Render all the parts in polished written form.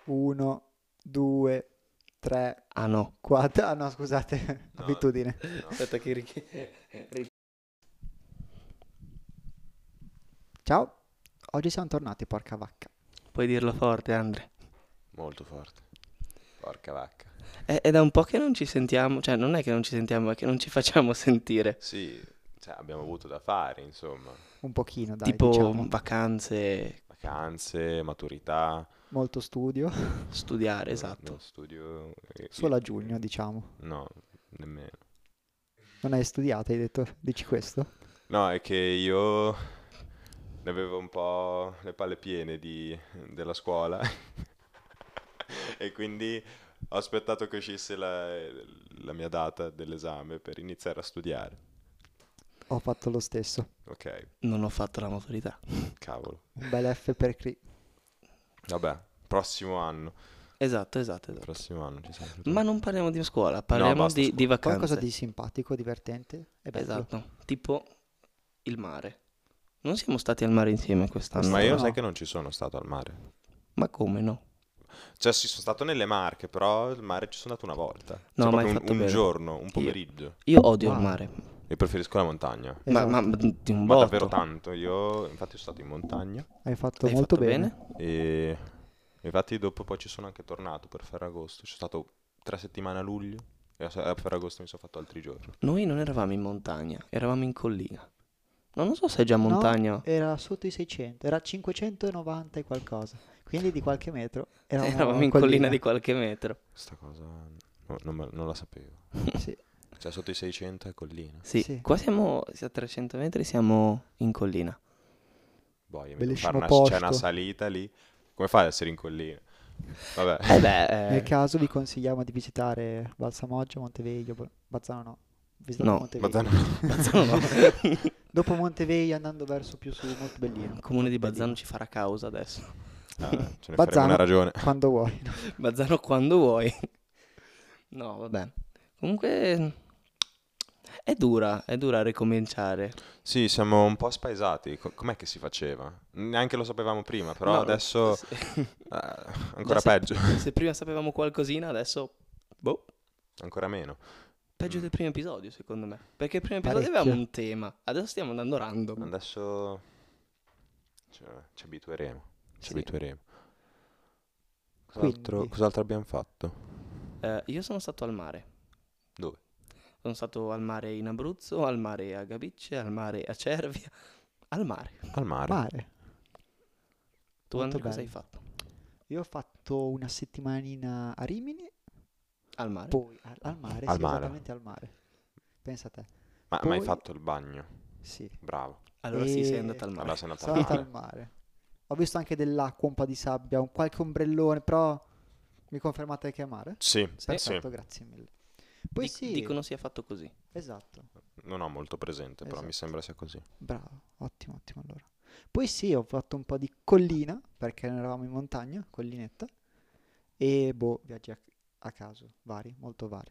1, 2, 3, Ah no. 4. Ah no, scusate, No, abitudine. no. Aspetta che Ciao, oggi siamo tornati, porca vacca. Puoi dirlo forte, Andre. Molto forte. Porca vacca. È da un po' che non ci sentiamo, cioè non è che non ci sentiamo, è che non ci facciamo sentire. Sì, cioè, abbiamo avuto da fare, insomma. Un pochino, dai, Tipo diciamo. vacanze, Vacanze, maturità. Molto studio. studiare, No, esatto. studio. Solo a giugno, diciamo. No, nemmeno. Non hai studiato, hai detto? Dici questo? No, è che io ne avevo un po' le palle piene della scuola e quindi ho aspettato che uscisse la mia data dell'esame per iniziare a studiare. Ho fatto lo stesso. Ok, Non ho fatto la maturità. cavolo. Un bel F per Cri. Vabbè, prossimo anno. Esatto, esatto, esatto. Prossimo anno ci siamo. Ma non parliamo di scuola, parliamo basta di scuola. vacanze. Qualcosa di simpatico, divertente e bello. Esatto, tipo il mare. Non siamo stati al mare insieme quest'anno. Ma io No. sai che non ci sono stato al mare. Ma come no? Cioè, sì, sono stato nelle Marche, però al mare ci sono andato una volta. No, Cioè, ma hai proprio fatto un bene. giorno, un pomeriggio. Io odio il Wow. mare. Io preferisco la montagna. Esatto. Ma di un Ma botto. davvero tanto. Io, infatti, sono stato in montagna. Hai fatto Hai molto fatto bene. E infatti, dopo poi ci sono anche tornato per Ferragosto. Ci sono stato 3 settimane a luglio. E a Ferragosto mi sono fatto altri giorni. Noi non eravamo in montagna, eravamo in collina. No, non so se è già No, montagna. era sotto i 600, era 590 e qualcosa. Quindi di qualche metro Eravamo in collina di qualche metro. Questa cosa non la sapevo. Sì, Cioè, sotto i 600 è collina. Sì, Sì. qua siamo a 300 metri, siamo in collina. Boia, Bellissimo c'è una posto. salita lì. Come fai ad essere in collina? Vabbè. Nel caso vi consigliamo di visitare Valsamoggia, Monteveglio, Bazzano no. Visitato No, Monteveglio. Bazzano no. Bazzano no. Dopo Monteveglio andando verso più su, molto bellino. Il comune di molto Bazzano bellino. ci farà causa adesso. Ce ne faremo Bazzano una ragione. quando vuoi. Bazzano quando vuoi. No, vabbè. Comunque è dura ricominciare. Sì, siamo un po' spaesati. Com'è che si faceva? Neanche lo sapevamo prima, però No, adesso ancora Già se- peggio. Se prima sapevamo qualcosina, adesso boh, Ancora meno. peggio Mm. del primo episodio, secondo me. Perché il primo episodio Parecchio. avevamo un tema, adesso stiamo andando random. Adesso ci abitueremo. Ci Sì. abitueremo. Quindi. Cos'altro abbiamo fatto? Io sono stato al mare. Dove? Sono stato al mare in Abruzzo, al mare a Gabicce, al mare a Cervia. Al mare. Al mare. Mare. Tu, Molto Andrea, cosa hai bello. fatto? Io ho fatto una settimanina a Rimini, Al mare. poi al mare, Al sì, mare. esattamente al mare. Pensa a te. Ma hai Poi- fatto il bagno? Sì. Bravo. Allora sì, sei E- andato al mare. Allora sei andato Sono al andato mare. al mare. Ho visto anche dell'acqua, un po' di sabbia, qualche ombrellone, però mi confermate che è mare? Sì, Perfetto, grazie mille. Poi sì, Dicono sia fatto così. esatto. Non ho molto presente, però mi Esatto. sembra sia così. Bravo, ottimo, ottimo allora. Poi sì, ho fatto un po' di collina, perché non eravamo in montagna, collinetta, e boh, viaggi a caso, vari, molto vari.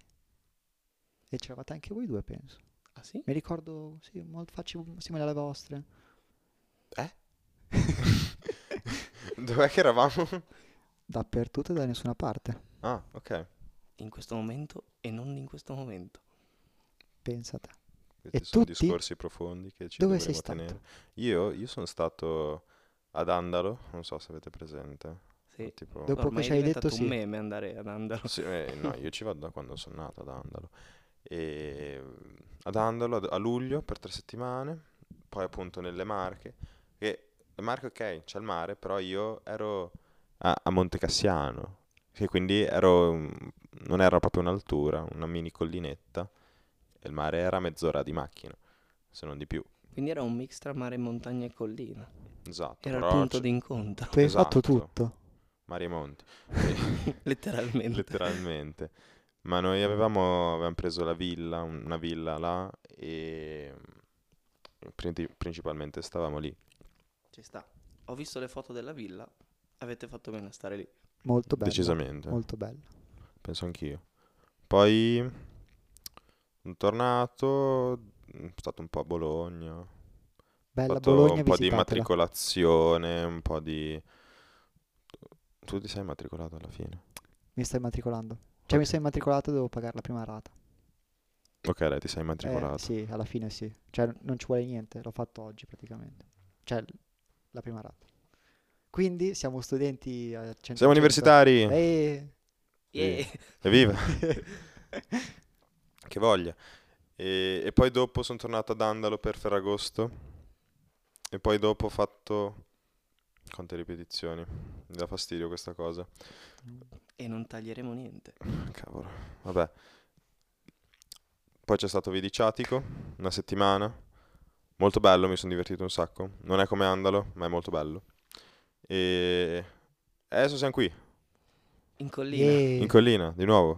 E c'eravate anche voi due, penso. Ah sì? Mi ricordo, sì, molto facili, simili alle vostre. Dov'è che eravamo? Dappertutto e da nessuna parte, Ah, ok. In questo momento e non in questo momento. pensa a te. Questi E sono tutti? discorsi profondi che ci Dove sei dovremo stato? tenere. Io sono stato ad Andalo, non so se avete presente. Sì. Tipo... Dopo Ormai che è ci hai diventato detto un sì. meme andare ad Andalo. Sì, no, io ci vado da quando sono nato ad Andalo. E ad Andalo a luglio per 3 settimane, poi appunto nelle Marche. E le Marche, ok, c'è il mare, però io ero a Monte Cassiano, che quindi non era proprio un'altura, una mini collinetta, e il mare era mezz'ora di macchina, se non di più. Quindi era un mix tra mare, montagna e collina. Esatto, Era il però punto d'incontro. Tu hai fatto esatto, tutto. mare e monti. Letteralmente. Letteralmente. Ma noi avevamo preso la villa, una villa là e principalmente stavamo lì. Ci sta. Ho visto le foto della villa. Avete fatto bene a stare lì. Molto bello. Decisamente, Molto bello. penso anch'io. Poi sono tornato, sono stato un po' a Bologna, ho Bella fatto Bologna, un po' di visitatela. immatricolazione, un po' di Tu ti sei matricolato alla fine. Mi sto immatricolando. Cioè mi Ok. sto immatricolato, devo pagare la prima rata. Ok, dai, ti sei matricolato. Sì, alla fine sì. Cioè non ci vuole niente, l'ho fatto oggi praticamente. Cioè la prima rata. Quindi siamo studenti al 100%. Siamo universitari! E... Yeah. Evviva! Che voglia. E poi dopo sono tornato ad Andalo per Ferragosto. E poi dopo ho fatto... Quante ripetizioni? Mi dà fastidio questa cosa. E non taglieremo niente. Cavolo. Vabbè. Poi c'è stato Vidiciatico, una settimana. Molto bello, mi sono divertito un sacco. Non è come Andalo, ma è molto bello. E adesso siamo qui, In collina. in collina, di nuovo.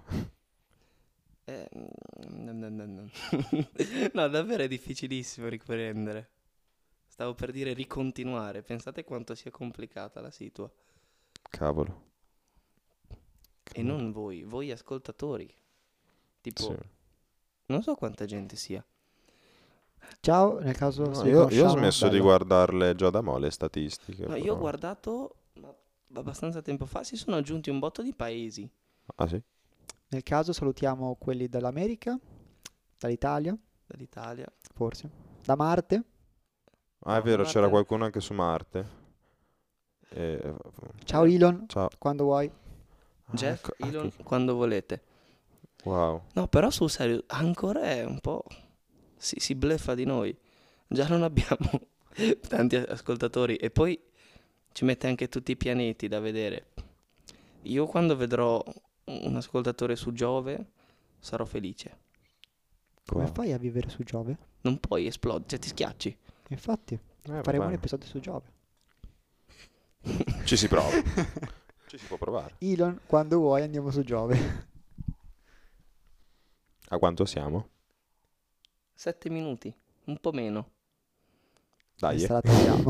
No. No, davvero è difficilissimo riprendere. Stavo per dire ricontinuare. Pensate quanto sia complicata la situa. Cavolo. E non voi ascoltatori. Tipo, Sì. non so quanta gente sia. Ciao, nel caso No, se vi io ho conosciamo, smesso di bello. guardarle già da mo' le statistiche. No, io però. ho guardato ma abbastanza tempo fa, si sono aggiunti un botto di paesi. Ah sì? Nel caso salutiamo quelli dall'America, dall'Italia, Dall'Italia. forse, da Marte. Ah, è No, vero, da c'era Marte- qualcuno anche su Marte. E- Ciao Elon, Ciao. quando vuoi. Ah, Jeff, ecco, Elon, che- quando volete. Wow. No, però sul serio, ancora è un po'... si bleffa di noi. Già non abbiamo tanti ascoltatori e poi ci mette anche tutti i pianeti da vedere. Io quando vedrò un ascoltatore su Giove sarò felice. Come Wow. fai a vivere su Giove? Non puoi esplodere, cioè ti schiacci. Infatti, faremo Vabbè. un episodio su Giove. Ci si prova. Ci si può provare. Elon, quando vuoi andiamo su Giove. A quanto siamo? 7 minuti, un po' meno. Dai. Questa la tagliamo.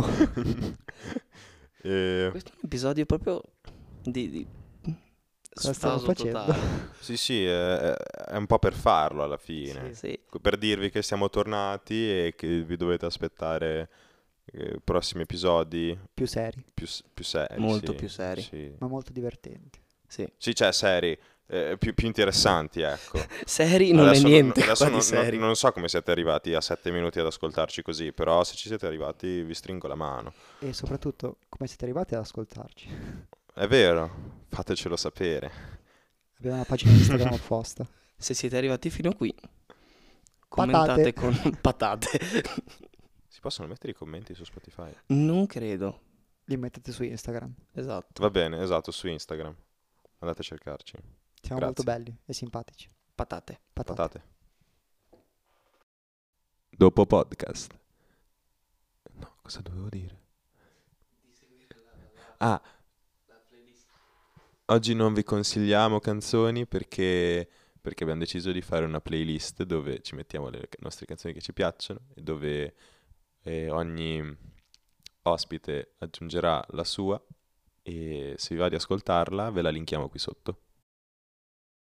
Questo è un episodio proprio di Cosa stiamo sfaso facendo? totale. Sì, sì, è un po' per farlo alla fine. Sì. Per dirvi che siamo tornati e che vi dovete aspettare prossimi episodi Più seri, più seri. Molto sì, più seri. Sì, ma molto divertenti. Sì. sì, cioè seri, più interessanti, ecco. Seri non è niente adesso qua di seri. non so come siete arrivati a 7 minuti ad ascoltarci così, però se ci siete arrivati vi stringo la mano. E soprattutto, come siete arrivati ad ascoltarci? È vero, fatecelo sapere. Abbiamo una pagina Instagram apposta. Se siete arrivati fino a qui, commentate con patate. Si possono mettere i commenti su Spotify? Non credo. Li mettete su Instagram. Esatto. Va bene, esatto, su Instagram. Andate a cercarci. Siamo Grazie. molto belli e simpatici. Patate. Patate. Patate. Dopo podcast. No, cosa dovevo dire? Ah, oggi non vi consigliamo canzoni perché abbiamo deciso di fare una playlist dove ci mettiamo le nostre canzoni che ci piacciono e dove ogni ospite aggiungerà la sua e se vi va di ascoltarla ve la linkiamo qui sotto.